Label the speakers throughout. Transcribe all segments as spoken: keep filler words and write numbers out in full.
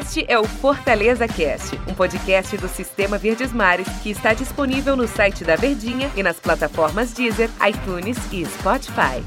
Speaker 1: Este é o Fortaleza Cast, um podcast do Sistema Verdes Mares que está disponível no site da Verdinha e nas plataformas Deezer, iTunes e Spotify.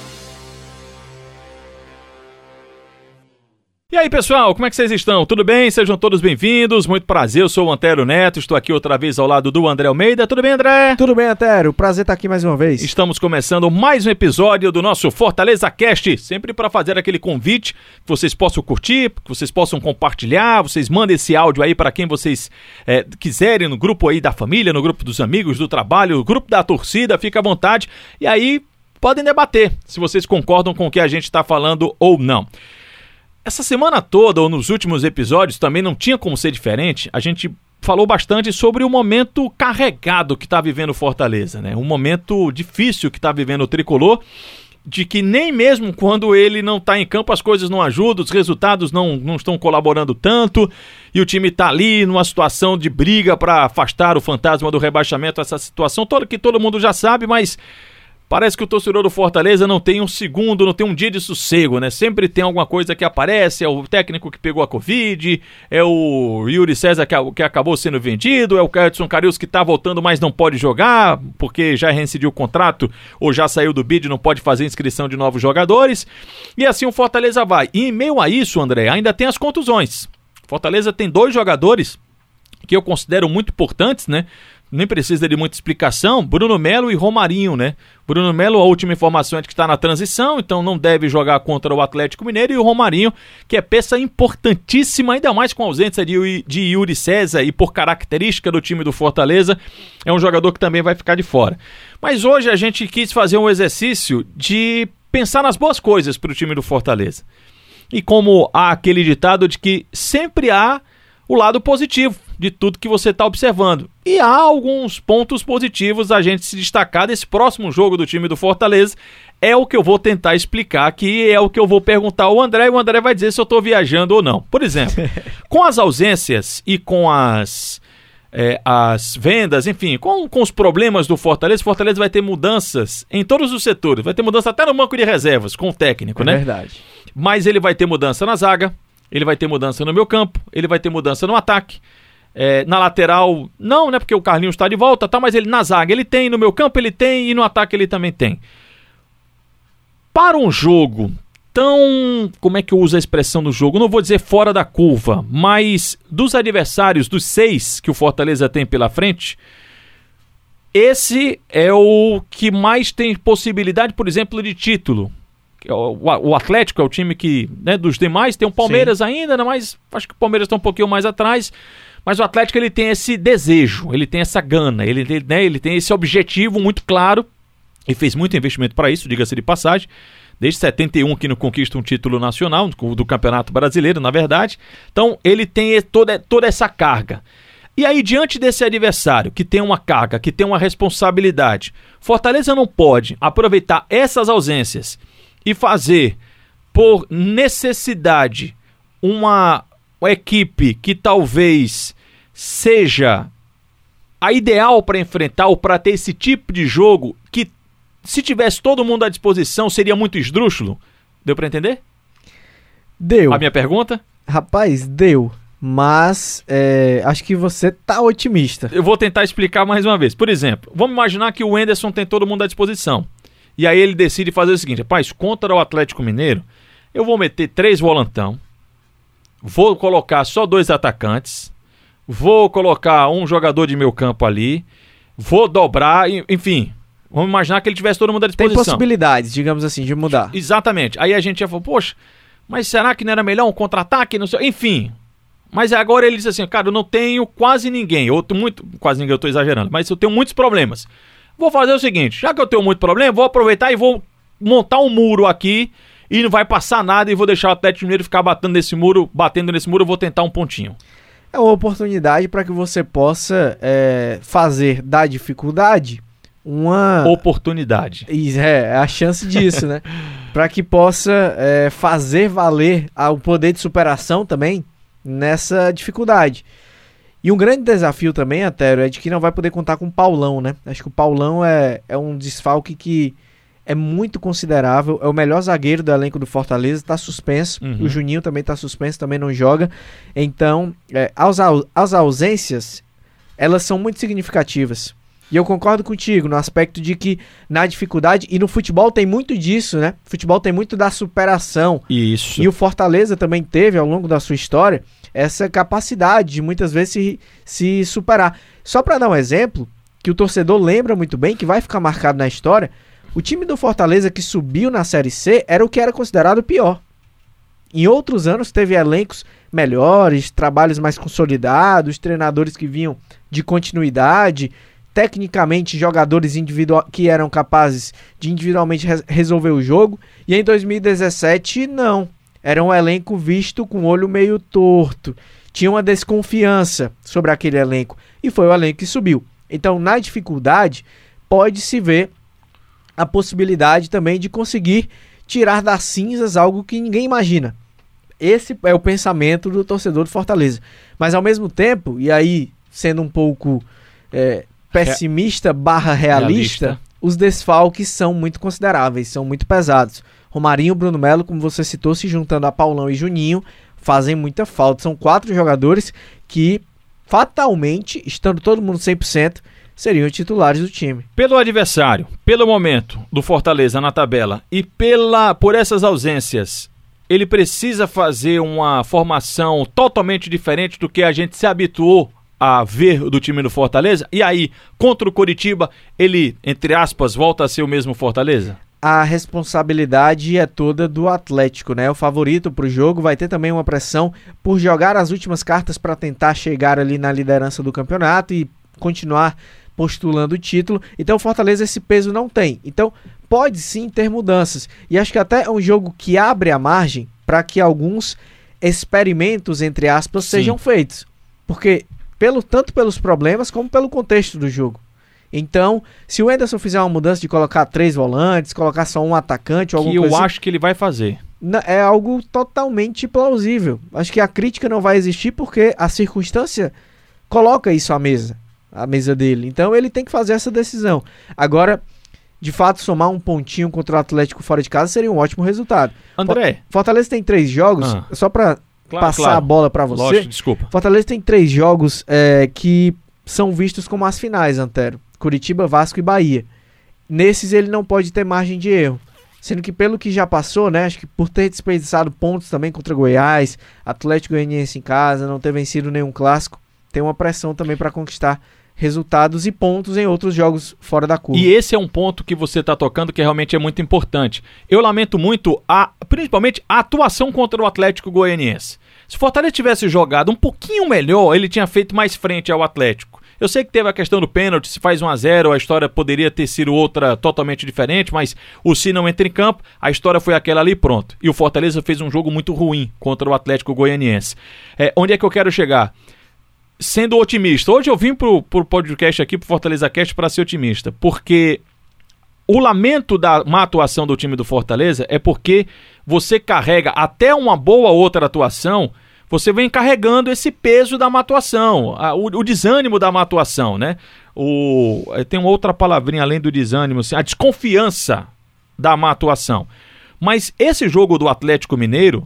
Speaker 2: E aí, pessoal, como é que vocês estão? Tudo bem? Sejam todos bem-vindos. Muito prazer, eu sou o Antério Neto, estou aqui outra vez ao lado do André Almeida. Tudo bem, André?
Speaker 3: Tudo bem, Antério. Prazer estar aqui mais uma vez.
Speaker 2: Estamos começando mais um episódio do nosso Fortaleza Cast, sempre para fazer aquele convite que vocês possam curtir, que vocês possam compartilhar, vocês mandem esse áudio aí para quem vocês é, quiserem, no grupo aí da família, no grupo dos amigos, do trabalho, no grupo da torcida, fica à vontade. E aí, podem debater se vocês concordam com o que a gente está falando ou não. Essa semana toda, ou nos últimos episódios, também não tinha como ser diferente, a gente falou bastante sobre o momento carregado que está vivendo o Fortaleza, né? Um momento difícil que está vivendo o Tricolor, de que nem mesmo quando ele não está em campo as coisas não ajudam, os resultados não, não estão colaborando tanto, e o time está ali numa situação de briga para afastar o fantasma do rebaixamento, essa situação toda que todo mundo já sabe, mas parece que o torcedor do Fortaleza não tem um segundo, não tem um dia de sossego, né? Sempre tem alguma coisa que aparece, é o técnico que pegou a Covid, é o Yuri César que, que acabou sendo vendido, é o Edson Carius que tá voltando, mas não pode jogar, porque já reincidiu o contrato, ou já saiu do bid, não pode fazer inscrição de novos jogadores, e assim o Fortaleza vai. E em meio a isso, André, ainda tem as contusões. Fortaleza tem dois jogadores que eu considero muito importantes, né? Nem precisa de muita explicação, Bruno Melo e Romarinho, né? Bruno Melo, a última informação é de que está na transição, então não deve jogar contra o Atlético Mineiro, e o Romarinho, que é peça importantíssima, ainda mais com a ausência de, de Yuri César e por característica do time do Fortaleza, é um jogador que também vai ficar de fora. Mas hoje a gente quis fazer um exercício de pensar nas boas coisas para o time do Fortaleza. E como há aquele ditado de que sempre há o lado positivo de tudo que você está observando. E há alguns pontos positivos a gente se destacar desse próximo jogo do time do Fortaleza. É o que eu vou tentar explicar aqui, é o que eu vou perguntar ao André, e o André vai dizer se eu estou viajando ou não. Por exemplo, com as ausências e com as, é, as vendas, enfim, com, com os problemas do Fortaleza, o Fortaleza vai ter mudanças em todos os setores. Vai ter mudança até no banco de reservas, com o técnico,
Speaker 3: é
Speaker 2: né?
Speaker 3: Verdade.
Speaker 2: Mas ele vai ter mudança na zaga, ele vai ter mudança no meio campo, ele vai ter mudança no ataque. É, na lateral, não, né? Porque o Carlinhos está de volta, tá? Mas ele na zaga ele tem, no meio campo ele tem e no ataque ele também tem. Para um jogo tão, como é que eu uso a expressão do jogo? Não vou dizer fora da curva, mas dos adversários, dos seis que o Fortaleza tem pela frente, esse é o que mais tem possibilidade, por exemplo, de título. O Atlético é o time que, né, dos demais, tem o Palmeiras Sim. ainda, né, mas acho que o Palmeiras está um pouquinho mais atrás, mas o Atlético ele tem esse desejo, ele tem essa gana, ele, ele, né, ele tem esse objetivo muito claro, e fez muito investimento para isso, diga-se de passagem, desde setenta e um que não conquista um título nacional, do Campeonato Brasileiro, na verdade, então ele tem toda, toda essa carga. E aí, diante desse adversário, que tem uma carga, que tem uma responsabilidade, Fortaleza não pode aproveitar essas ausências e fazer, por necessidade, uma, uma equipe que talvez seja a ideal para enfrentar ou para ter esse tipo de jogo que, se tivesse todo mundo à disposição, seria muito esdrúxulo. Deu para entender?
Speaker 3: Deu.
Speaker 2: A minha pergunta?
Speaker 3: Rapaz, deu. Mas é, acho que você tá otimista.
Speaker 2: Eu vou tentar explicar mais uma vez. Por exemplo, vamos imaginar que o Wenderson tem todo mundo à disposição. E aí ele decide fazer o seguinte: rapaz, contra o Atlético Mineiro, eu vou meter três volantão, vou colocar só dois atacantes, vou colocar um jogador de meio campo ali, vou dobrar, enfim, vamos imaginar que ele tivesse todo mundo à disposição.
Speaker 3: Tem possibilidades, digamos assim, de mudar.
Speaker 2: Exatamente. Aí a gente já falou, poxa, mas será que não era melhor um contra-ataque? Não sei. Enfim, mas agora ele diz assim, cara, eu não tenho quase ninguém, eu tô muito, quase ninguém, eu tô exagerando, mas eu tenho muitos problemas. Vou fazer o seguinte, já que eu tenho muito problema, vou aproveitar e vou montar um muro aqui e não vai passar nada e vou deixar o Atlético Mineiro ficar batendo nesse muro, batendo nesse muro, eu vou tentar um pontinho.
Speaker 3: É uma oportunidade para que você possa é, fazer da dificuldade uma...
Speaker 2: oportunidade.
Speaker 3: É, é a chance disso, né? Para que possa é, fazer valer o poder de superação também nessa dificuldade. E um grande desafio também, Atério, é de que não vai poder contar com o Paulão, né? Acho que o Paulão é, é um desfalque que é muito considerável, é o melhor zagueiro do elenco do Fortaleza, está suspenso,
Speaker 2: Uhum.
Speaker 3: o Juninho também está suspenso, também não joga, então é, as, au- as ausências, elas são muito significativas, e eu concordo contigo no aspecto de que na dificuldade, e no futebol tem muito disso, né, futebol tem muito da superação,
Speaker 2: Isso.
Speaker 3: e o Fortaleza também teve ao longo da sua história essa capacidade de muitas vezes se, se superar, só para dar um exemplo, que o torcedor lembra muito bem, que vai ficar marcado na história. O time do Fortaleza que subiu na Série C era o que era considerado pior. Em outros anos teve elencos melhores, trabalhos mais consolidados, treinadores que vinham de continuidade, tecnicamente jogadores individual, que eram capazes de individualmente res- resolver o jogo. E em dois mil e dezessete, não. Era um elenco visto com o olho meio torto. Tinha uma desconfiança sobre aquele elenco. E foi o elenco que subiu. Então, na dificuldade, pode-se ver a possibilidade também de conseguir tirar das cinzas algo que ninguém imagina. Esse é o pensamento do torcedor do Fortaleza. Mas ao mesmo tempo, e aí sendo um pouco é, pessimista barra realista,
Speaker 2: Realista.
Speaker 3: os desfalques são muito consideráveis, são muito pesados. Romarinho e Bruno Melo, como você citou, se juntando a Paulão e Juninho, fazem muita falta. São quatro jogadores que fatalmente, estando todo mundo cem por cento, seriam titulares do time.
Speaker 2: Pelo adversário, pelo momento do Fortaleza na tabela e pela por essas ausências, ele precisa fazer uma formação totalmente diferente do que a gente se habituou a ver do time do Fortaleza? E aí, contra o Coritiba, ele, entre aspas, volta a ser o mesmo Fortaleza?
Speaker 3: A responsabilidade é toda do Atlético, né? O favorito pro jogo vai ter também uma pressão por jogar as últimas cartas para tentar chegar ali na liderança do campeonato e continuar postulando o título. Então o Fortaleza esse peso não tem. Então pode sim ter mudanças. E acho que até é um jogo que abre a margem para que alguns experimentos, entre aspas,
Speaker 2: Sim.
Speaker 3: sejam feitos. Porque pelo, tanto pelos problemas como pelo contexto do jogo. Então, se o Anderson fizer uma mudança de colocar três volantes, colocar só um atacante ou alguma
Speaker 2: Que eu
Speaker 3: coisa assim,
Speaker 2: acho que ele vai fazer.
Speaker 3: na- é algo totalmente plausível. Acho que a crítica não vai existir porque a circunstância coloca isso à mesa, à mesa dele. Então ele tem que fazer essa decisão. Agora, de fato, somar um pontinho contra o Atlético fora de casa seria um ótimo resultado.
Speaker 2: André,
Speaker 3: Fortaleza tem três jogos,
Speaker 2: Ah.
Speaker 3: só pra
Speaker 2: claro,
Speaker 3: passar
Speaker 2: claro.
Speaker 3: a bola pra você.
Speaker 2: Lógico, desculpa.
Speaker 3: Fortaleza tem três jogos é, que são vistos como as finais, Antero. Curitiba, Vasco e Bahia. Nesses ele não pode ter margem de erro. Sendo que pelo que já passou, né, acho que por ter desperdiçado pontos também contra Goiás, Atlético Goianiense em casa, não ter vencido nenhum clássico, tem uma pressão também para conquistar resultados e pontos em outros jogos fora da curva.
Speaker 2: E esse é um ponto que você está tocando que realmente é muito importante. Eu lamento muito, a, principalmente, a atuação contra o Atlético Goianiense. Se o Fortaleza tivesse jogado um pouquinho melhor, ele tinha feito mais frente ao Atlético. Eu sei que teve a questão do pênalti, se faz um a zero, a história poderia ter sido outra totalmente diferente, mas o Si não entra em campo, a história foi aquela ali, pronto. E o Fortaleza fez um jogo muito ruim contra o Atlético Goianiense. É, onde é que eu quero chegar? Sendo otimista. Hoje eu vim pro, pro podcast aqui, pro Fortaleza Cast, para ser otimista, porque o lamento da má atuação do time do Fortaleza é porque você carrega até uma boa outra atuação, você vem carregando esse peso da má atuação, a, o, o desânimo da má atuação, né? O, tem uma outra palavrinha além do desânimo, assim, a desconfiança da má atuação. Mas esse jogo do Atlético Mineiro,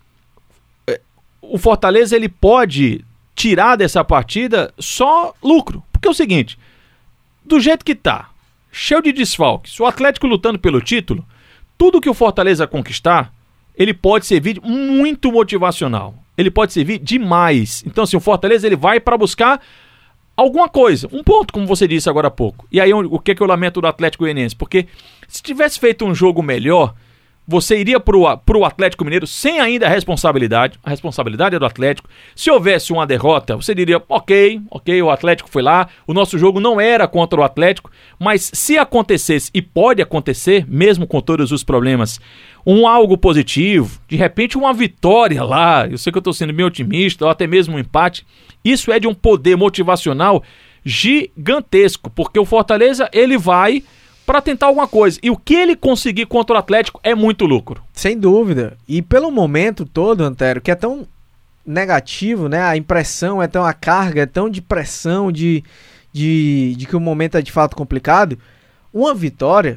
Speaker 2: o Fortaleza ele pode tirar dessa partida só lucro. Porque é o seguinte, do jeito que tá, cheio de desfalques, o Atlético lutando pelo título, tudo que o Fortaleza conquistar, ele pode servir muito motivacional. Ele pode servir demais. Então, assim, o Fortaleza ele vai para buscar alguma coisa, um ponto, como você disse agora há pouco. E aí, o que, que eu lamento do Atlético Goianiense? Porque se tivesse feito um jogo melhor, você iria pro, pro Atlético Mineiro sem ainda a responsabilidade. A responsabilidade é do Atlético. Se houvesse uma derrota, você diria, ok, ok, o Atlético foi lá, o nosso jogo não era contra o Atlético, mas se acontecesse, e pode acontecer, mesmo com todos os problemas, um algo positivo, de repente uma vitória lá, eu sei que eu estou sendo meio otimista, ou até mesmo um empate, isso é de um poder motivacional gigantesco, porque o Fortaleza, ele vai para tentar alguma coisa. E o que ele conseguir contra o Atlético é muito lucro.
Speaker 3: Sem dúvida. E pelo momento todo, Antero, que é tão negativo, né? A impressão é tão, a carga é tão de pressão, de, de, de que o momento é de fato complicado. Uma vitória,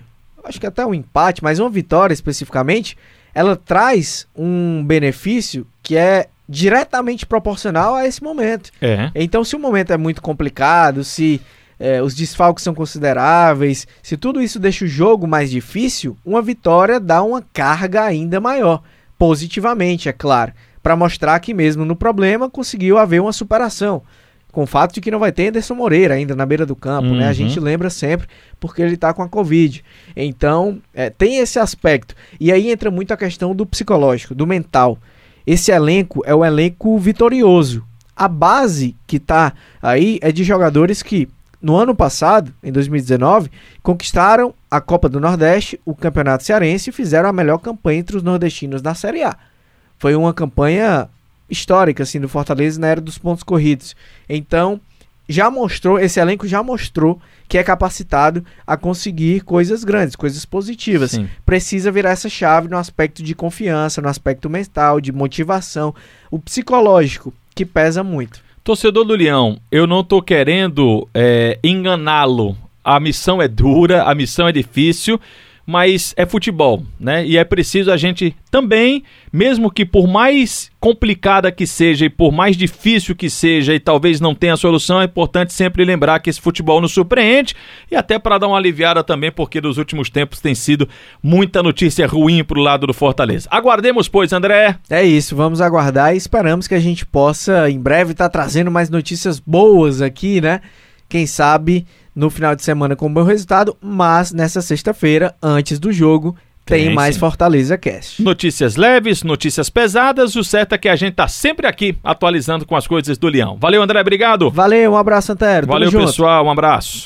Speaker 3: acho que até um empate, mas uma vitória especificamente, ela traz um benefício que é diretamente proporcional a esse momento.
Speaker 2: É.
Speaker 3: Então, se o momento é muito complicado, se é, os desfalques são consideráveis, se tudo isso deixa o jogo mais difícil, uma vitória dá uma carga ainda maior, positivamente, é claro, para mostrar que mesmo no problema conseguiu haver uma superação. Com o fato de que não vai ter Anderson Moreira ainda na beira do campo, uhum. né? A gente lembra sempre porque ele tá com a Covid. Então, é, tem esse aspecto. E aí entra muito a questão do psicológico, do mental. Esse elenco é o elenco vitorioso. A base que tá aí é de jogadores que, no ano passado, em dois mil e dezenove, conquistaram a Copa do Nordeste, o Campeonato Cearense e fizeram a melhor campanha entre os nordestinos na Série A. Foi uma campanha histórica, assim, do Fortaleza na era dos pontos corridos. Então, já mostrou, esse elenco já mostrou que é capacitado a conseguir coisas grandes, coisas positivas.
Speaker 2: Sim.
Speaker 3: Precisa virar essa chave no aspecto de confiança, no aspecto mental, de motivação, o psicológico, que pesa muito.
Speaker 2: Torcedor do Leão, eu não tô querendo é, enganá-lo. A missão é dura, a missão é difícil, mas é futebol, né? E é preciso a gente também, mesmo que por mais complicada que seja e por mais difícil que seja e talvez não tenha solução, é importante sempre lembrar que esse futebol nos surpreende e até para dar uma aliviada também, porque nos últimos tempos tem sido muita notícia ruim pro lado do Fortaleza. Aguardemos, pois, André.
Speaker 3: É isso, vamos aguardar e esperamos que a gente possa em breve estar tá trazendo mais notícias boas aqui, né? Quem sabe no final de semana com um bom resultado, mas nessa sexta-feira, antes do jogo, tem, tem mais sim. Fortaleza Cast.
Speaker 2: Notícias leves, notícias pesadas, o certo é que a gente tá sempre aqui atualizando com as coisas do Leão. Valeu, André, obrigado.
Speaker 3: Valeu, um abraço, Antero.
Speaker 2: Valeu, pessoal, um abraço.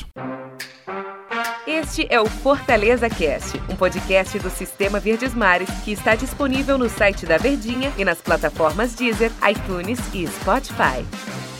Speaker 1: Este é o Fortaleza Cast, um podcast do Sistema Verdes Mares que está disponível no site da Verdinha e nas plataformas Deezer, iTunes e Spotify.